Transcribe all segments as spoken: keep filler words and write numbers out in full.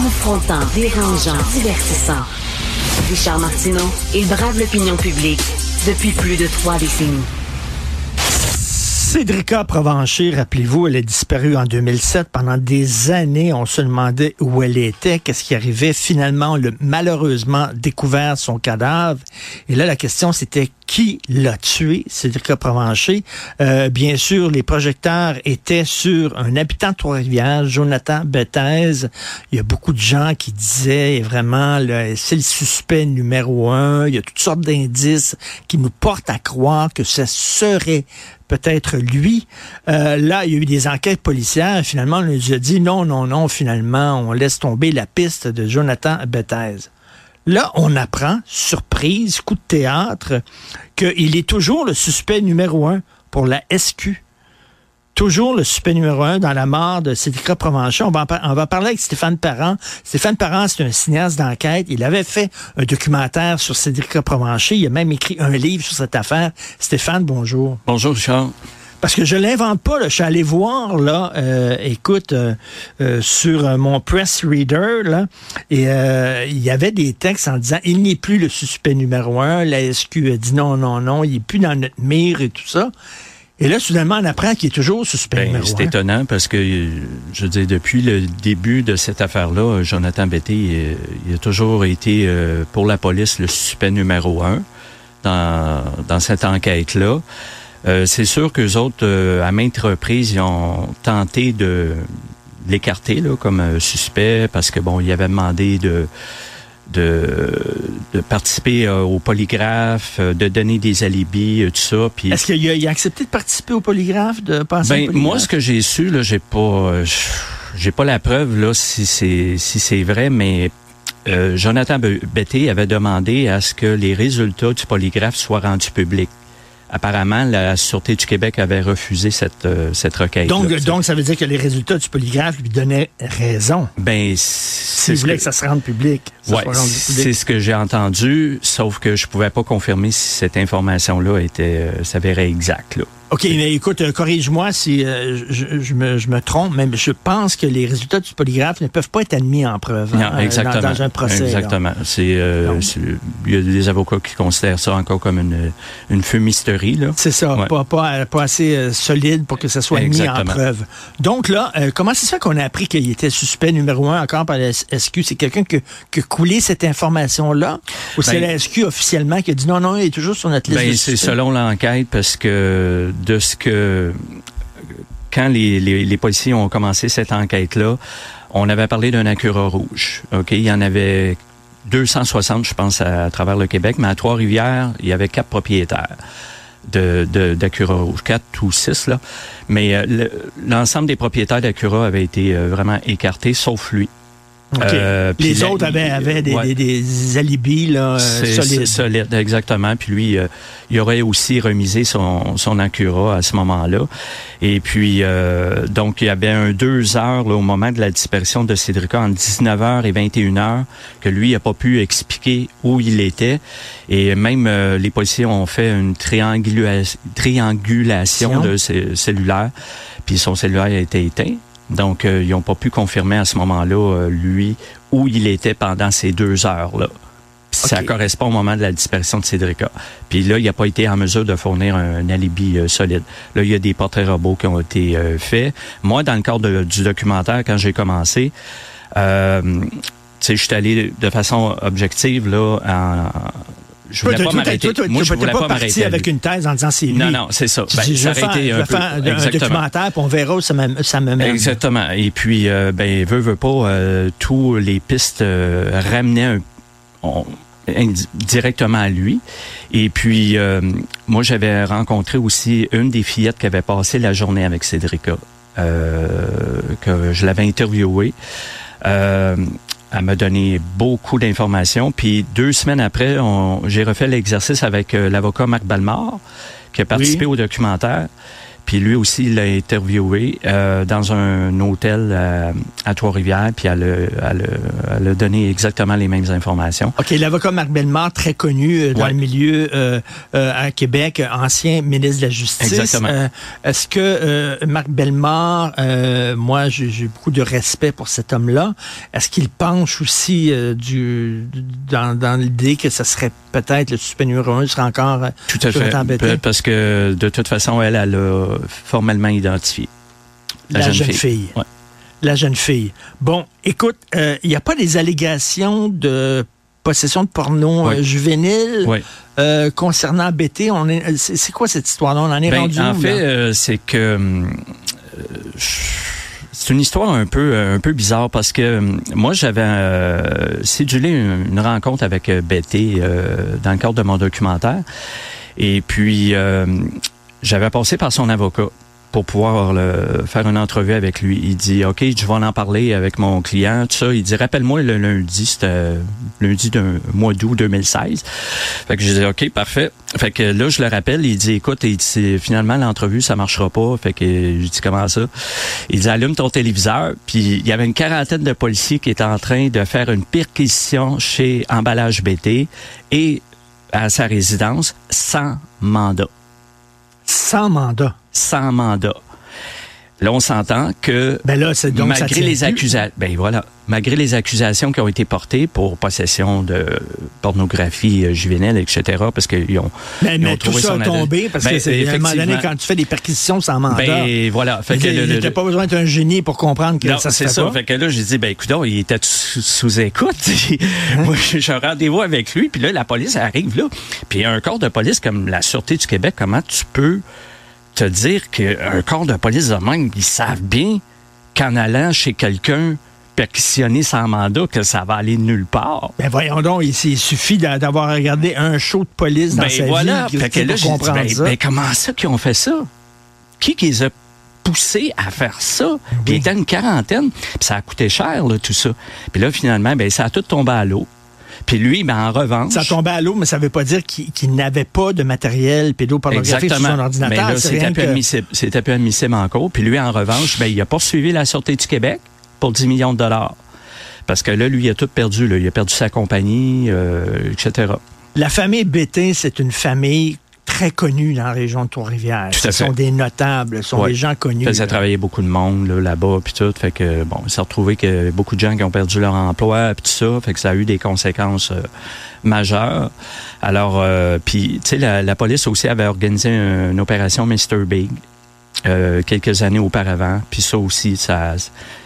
Confrontant, dérangeant, divertissant. Richard Martineau, il brave l'opinion publique depuis plus de trois décennies. Cédrica Provencher, rappelez-vous, elle a disparu en deux mille sept. Pendant des années, on se demandait où elle était, qu'est-ce qui arrivait. Finalement, on a malheureusement découvert son cadavre. Et là, la question, c'était qui l'a tué, Cédrica Provencher. Euh, bien sûr, les projecteurs étaient sur un habitant de Trois-Rivières, Jonathan Bethaise. Il y a beaucoup de gens qui disaient, vraiment, là, c'est le suspect numéro un. Il y a toutes sortes d'indices qui nous portent à croire que ce serait peut-être lui. Euh, là, il y a eu des enquêtes policières. Finalement, on nous a dit non, non, non. Finalement, on laisse tomber la piste de Jonathan Bethaise. Là, on apprend, surprise, coup de théâtre, qu'il est toujours le suspect numéro un pour la S Q. Toujours le suspect numéro un dans la mort de Cédrica Provencher. On va, en, on va parler avec Stéphane Parent. Stéphane Parent, c'est un cinéaste d'enquête. Il avait fait un documentaire sur Cédrica Provencher. Il a même écrit un livre sur cette affaire. Stéphane, bonjour. Bonjour, Richard. Parce que je l'invente pas, là. Je suis allé voir, là, euh, écoute, euh, euh, sur euh, mon press reader, là, et euh, il y avait des textes en disant, il n'est plus le suspect numéro un, la S Q a dit non, non, non, il est plus dans notre mire et tout ça. Et là, soudainement, on apprend qu'il est toujours suspect ben, numéro un. C'est étonnant parce que, je veux dire, depuis le début de cette affaire-là, Jonathan Bethaise, il, il a toujours été, euh, pour la police, le suspect numéro un dans, dans cette enquête-là. Euh, c'est sûr qu'eux autres, euh, à maintes reprises, ils ont tenté de l'écarter là, comme euh, suspect parce que bon, ils avaient demandé de de, de participer euh, au polygraphe, euh, de donner des alibis, euh, tout ça. Puis est-ce qu'il a, il a accepté de participer au polygraphe, de passer ben, au polygraphe? Moi, ce que j'ai su, là, j'ai pas, euh, j'ai pas la preuve là si c'est si c'est vrai, mais euh, Jonathan Bethaise avait demandé à ce que les résultats du polygraphe soient rendus publics. Apparemment, la Sûreté du Québec avait refusé cette euh, cette requête. Donc, donc, ça veut dire que les résultats du polygraphe lui donnaient raison. Ben, c'est S'il voulait que, que ça se rende public. Ça ouais, c'est ce que j'ai entendu, sauf que je pouvais pas confirmer si cette information-là était euh, s'avérait exacte, là. OK, mais écoute, euh, corrige-moi si euh, je, je, me, je me trompe, mais je pense que les résultats du polygraphe ne peuvent pas être admis en preuve. Non, exactement. Euh, dans, dans un procès. Exactement. C'est, euh, c'est, il y a des avocats qui considèrent ça encore comme une, une fumisterie, là. C'est ça, ouais. pas, pas, pas assez euh, solide pour que ça soit exactement. mis en preuve. Donc là, euh, comment c'est ça qu'on a appris qu'il était suspect numéro un encore par la S Q? C'est quelqu'un qui, qui a coulé cette information-là? Ou ben, c'est la S Q officiellement qui a dit non, non, il est toujours sur notre liste ben, de c'est suspects? Selon l'enquête, parce que de ce que quand les, les, les policiers ont commencé cette enquête-là, on avait parlé d'un Acura rouge. Ok, il y en avait deux cent soixante, je pense, à, à travers le Québec, mais à Trois-Rivières, il y avait quatre propriétaires de, de d'Acura rouge, quatre ou six là. Mais euh, le, l'ensemble des propriétaires d'Acura avaient été euh, vraiment écartés, sauf lui. Okay. Euh, les la, autres avaient, avaient des, ouais. des, des alibis là, c'est, solides. C'est solide, exactement. Puis lui, euh, il aurait aussi remisé son, son Acura à ce moment-là. Et puis, euh, donc, il y avait un deux heures là, au moment de la disparition de Cédrica, entre dix-neuf heures et vingt et une heures, que lui n'a pas pu expliquer où il était. Et même euh, les policiers ont fait une triangula- triangulation de ses cellulaires. Puis son cellulaire a été éteint. Donc, euh, ils n'ont pas pu confirmer à ce moment-là, euh, lui, où il était pendant ces deux heures-là. Puis okay. Ça correspond au moment de la disparition de Cédrica. Puis là, il n'a pas été en mesure de fournir un, un alibi euh, solide. Là, il y a des portraits robots qui ont été euh, faits. Moi, dans le cadre de, du documentaire, quand j'ai commencé, euh, tu sais, je suis allé de façon objective, là, en... Je voulais toi, pas toi, m'arrêter. Toi, toi, Moi, je voulais pas, pas m'arrêter. Tu n'es pas parti avec une thèse en disant c'est lui. Non, non, c'est ça. Ben, je vais faire, je vais faire un, un documentaire, puis on verra où ça me, ça me mène. Exactement. Et puis, euh, ben, veut, veut pas, euh, tous les pistes euh, ramenaient un, on, indi- directement à lui. Et puis, euh, moi, j'avais rencontré aussi une des fillettes qui avait passé la journée avec Cédrica, euh, que je l'avais interviewée. Euh, Elle m'a donné beaucoup d'informations. Puis deux semaines après, on, j'ai refait l'exercice avec euh, l'avocat Marc Balmard, qui a participé oui. au documentaire. Puis lui aussi, il l'a interviewé euh, dans un hôtel euh, à Trois-Rivières, puis elle a, elle, a, elle a donné exactement les mêmes informations. OK, l'avocat Marc Bellemare, très connu euh, dans ouais. le milieu euh, euh, à Québec, ancien ministre de la Justice. Exactement. Euh, est-ce que euh, Marc Bellemare, euh, moi, j'ai, j'ai beaucoup de respect pour cet homme-là, est-ce qu'il penche aussi euh, du dans, dans l'idée que ce serait peut-être le suspect numéro un serait encore euh, Tout à fait, embêté? Parce que de toute façon, elle, elle a formellement identifié. La, la jeune, jeune fille. fille. Ouais. La jeune fille. Bon, écoute, il euh, n'y a pas des allégations de possession de porno oui. euh, juvénile oui. euh, concernant B T? On est, c'est, c'est quoi cette histoire-là? On en est ben, rendu en où? En fait, euh, c'est que... Euh, c'est une histoire un peu un peu bizarre parce que euh, moi, j'avais euh, cédulé une, une rencontre avec euh, B T euh, dans le cadre de mon documentaire. Et puis... Euh, J'avais passé par son avocat pour pouvoir le, faire une entrevue avec lui. Il dit, OK, je vais en parler avec mon client, tout ça. Il dit, rappelle-moi le lundi, c'était lundi d'un mois d'août deux mille seize. Fait que j'ai dit, OK, parfait. Fait que là, je le rappelle, il dit, écoute, il dit, finalement, l'entrevue, ça marchera pas. Fait que je dis, comment ça? Il dit, allume ton téléviseur. Puis il y avait une quarantaine de policiers qui étaient en train de faire une perquisition chez Emballage B T et à sa résidence sans mandat. Sans mandat. Sans mandat. Là, on s'entend que ben là, c'est donc malgré les accusations, ben voilà, malgré les accusations qui ont été portées pour possession de pornographie juvénile, et cetera, parce qu'ils ont, mais, ils mais ont trouvé tout ça son a tombé, parce ben, que c'est à un moment donné, quand tu fais des perquisitions sans mandat, ben voilà, fait que il n'était pas besoin d'être un génie pour comprendre que non, ça se c'est fait ça. pas. Fait que là, j'ai dit, ben écoute, il était sous, sous écoute. Moi, j'ai un rendez-vous avec lui, puis là, la police arrive là, puis un corps de police comme la Sûreté du Québec, comment tu peux te dire qu'un corps de police de même, ils savent bien qu'en allant chez quelqu'un perquisitionner sans mandat, que ça va aller nulle part. Ben voyons donc, il, il suffit d'avoir regardé un show de police dans ben sa voilà. vie Fait que là, pour comprendre dit, ben, ça. Ben comment ça qu'ils ont fait ça? Qui qui les a poussés à faire ça? Oui. Puis il était une quarantaine, puis ça a coûté cher, là, tout ça. Puis là, finalement, ben ça a tout tombé à l'eau. Puis lui, ben, en revanche... Ça tombait à l'eau, mais ça ne veut pas dire qu'il, qu'il n'avait pas de matériel pédopornographique sur son ordinateur. Mais là, c'est c'était peu, que... admissible, c'était peu admissible en cours. Puis lui, en revanche, ben, il a poursuivi la Sûreté du Québec pour dix millions de dollars. Parce que là, lui, il a tout perdu. Là. Il a perdu sa compagnie, euh, et cetera. La famille B T, c'est une famille très connue dans la région de Trois-Rivières. Ce sont des notables, ce sont ouais. des gens connus. Ça a travaillé beaucoup de monde là, là-bas, puis tout. Fait que, bon, il s'est retrouvé que beaucoup de gens qui ont perdu leur emploi, puis tout ça. Fait que ça a eu des conséquences euh, majeures. Alors, euh, puis, tu sais, la, la police aussi avait organisé une, une opération mister Big euh, quelques années auparavant. Puis ça aussi, ça...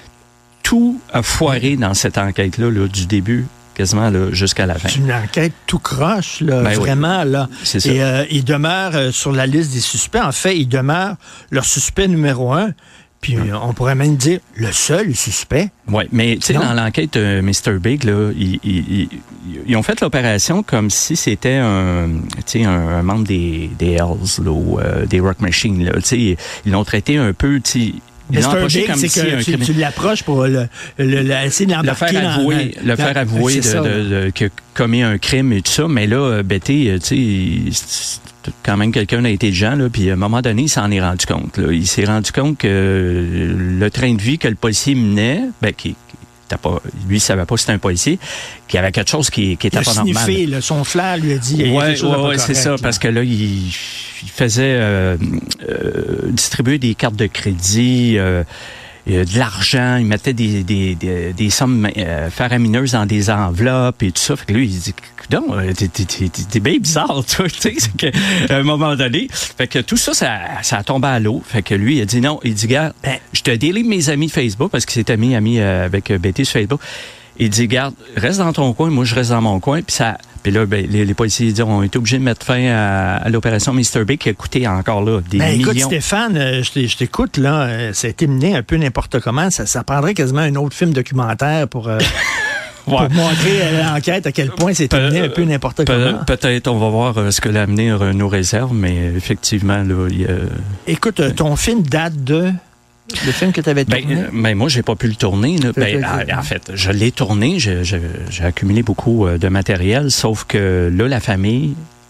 Tout a foiré dans cette enquête-là, là, du début quasiment là, jusqu'à la fin. C'est une enquête tout croche, là, ben vraiment. Oui. Là. C'est ça. Et euh, il demeure euh, sur la liste des suspects. En fait, il demeure leur suspect numéro un. Puis hum. on pourrait même dire le seul suspect. Oui, mais tu sais, dans l'enquête de mister Big, là, ils, ils, ils ont fait l'opération comme si c'était un, tu sais, un, un membre des, des Hells, là, ou, euh, des Rock Machine. Là. Tu sais, ils l'ont traité un peu, tu sais, mister Big, c'est si que tu, tu l'approches pour le, le, le, essayer de l'embarquer le faire avouer, dans, le faire dans, avouer de, de, de, qu'il a commis un crime et tout ça. Mais là, B T, tu sais, quand même quelqu'un d'intelligent, là, puis à un moment donné, il s'en est rendu compte. Là. Il s'est rendu compte que le train de vie que le policier menait, ben, qui, pas, lui, il savait pas que c'était un policier, qu'il y avait quelque chose qui, qui était il pas sniffé, normal. Là, son flair lui a dit... Oui, ouais, ouais, c'est ça, là. Parce que là, il, il faisait euh, euh, distribuer des cartes de crédit, euh, de l'argent, il mettait des, des, des, des sommes euh, faramineuses dans des enveloppes et tout ça. Fait que lui, il dit, non, t'es, t'es, t'es, t'es bien bizarre, toi, tu sais, c'est qu'à un moment donné, fait que tout ça, ça, ça a tombé à l'eau. Fait que lui, il a dit non, il dit, gars, ben, je te délivre mes amis Facebook, parce qu'il s'était mis ami euh, avec B T sur Facebook. Il dit, garde, reste dans ton coin, moi je reste dans mon coin, puis ça... Puis là, ben, les, les policiers ils ont été obligés de mettre fin à, à l'opération mister Big qui a coûté encore là des ben, millions. Écoute, Stéphane, euh, je t'écoute, là, euh, ça a été mené un peu n'importe comment. Ça, ça prendrait quasiment un autre film documentaire pour... Euh... Ouais. Pour montrer à l'enquête à quel point c'est mené un peu n'importe comment. Peut-être, on va voir euh, ce que l'avenir euh, nous réserve, mais effectivement, là, il y a... Écoute, euh, ton film date de... Le film que tu avais tourné? Ben, euh, ben, moi, j'ai pas pu le tourner. Là. Ben, en, en fait, je l'ai tourné. J'ai, j'ai, j'ai accumulé beaucoup euh, de matériel, sauf que là, la famille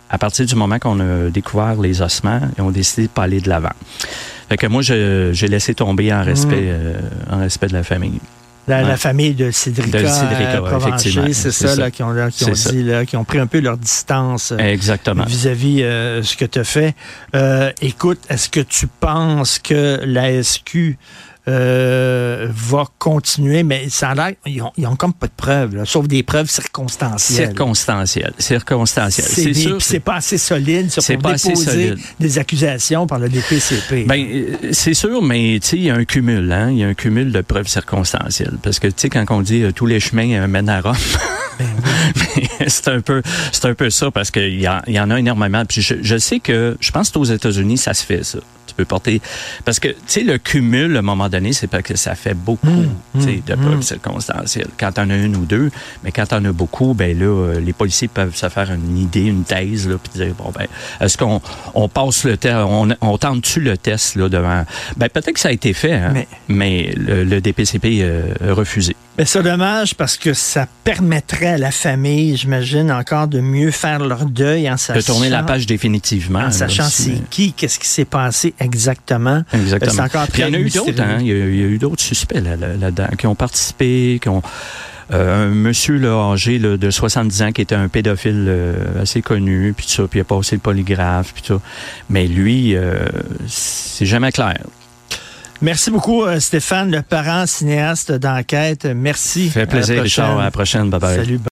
à partir du moment qu'on a découvert les ossements, ils ont décidé de pas aller de l'avant. Fait que moi, je, j'ai laissé tomber en respect, mmh. euh, en respect de la famille. La, ouais. la famille de Cédrica, de Cédrica euh, Provencher, c'est, c'est ça, ça. Là, qui ont, là, qui ont dit, là, qui ont pris un peu leur distance euh, Exactement. vis-à-vis euh, ce que tu as fait. Euh, écoute, est-ce que tu penses que la S Q euh, va continuer, mais ça a l'air, ils ont, ils ont comme pas de preuves, là, sauf des preuves circonstancielles. Circonstancielles, circonstancielles. C'est, c'est, des, sûr, c'est pas assez solide ça, pour pas déposer des accusations par le D P C P. Ben, c'est sûr, mais tu sais, il y a un cumul, hein, il y a un cumul de preuves circonstancielles, parce que tu sais, quand on dit euh, tous les chemins euh, mènent à Rome. Ben oui. c'est un peu, c'est un peu ça, parce qu'il y, y en a énormément. Puis je, je sais que, je pense qu'aux États-Unis, ça se fait, ça. Tu peux porter, parce que, tu sais, le cumul, à un moment donné, c'est parce que ça fait beaucoup, mmh, tu sais, de preuves mmh. circonstancielles. Quand t'en as une ou deux, mais quand t'en as beaucoup, ben là, les policiers peuvent se faire une idée, une thèse, là, puis dire, bon, ben, est-ce qu'on on passe le test, on, on tente-tu le test, là, devant, ben, peut-être que ça a été fait, hein, mais, mais le, le D P C P euh, a refusé. Ben, c'est dommage parce que ça permettrait à la famille, j'imagine, encore de mieux faire leur deuil en sachant... De tourner la page définitivement. En sachant là, c'est mais... qui, qu'est-ce qui s'est passé exactement. Exactement. C'est encore très il y en a eu d'autres, hein. Il y a, il y a eu d'autres suspects là, là, là-dedans qui ont participé, qui ont... Euh, un monsieur là, âgé là, de soixante-dix ans qui était un pédophile euh, assez connu, puis tout ça, puis il a passé le polygraphe, puis tout ça. Mais lui, euh, c'est jamais clair. Merci beaucoup, Stéphane, le parent cinéaste d'enquête. Merci. Ça fait plaisir, Richard. À la prochaine. Bye bye. Salut.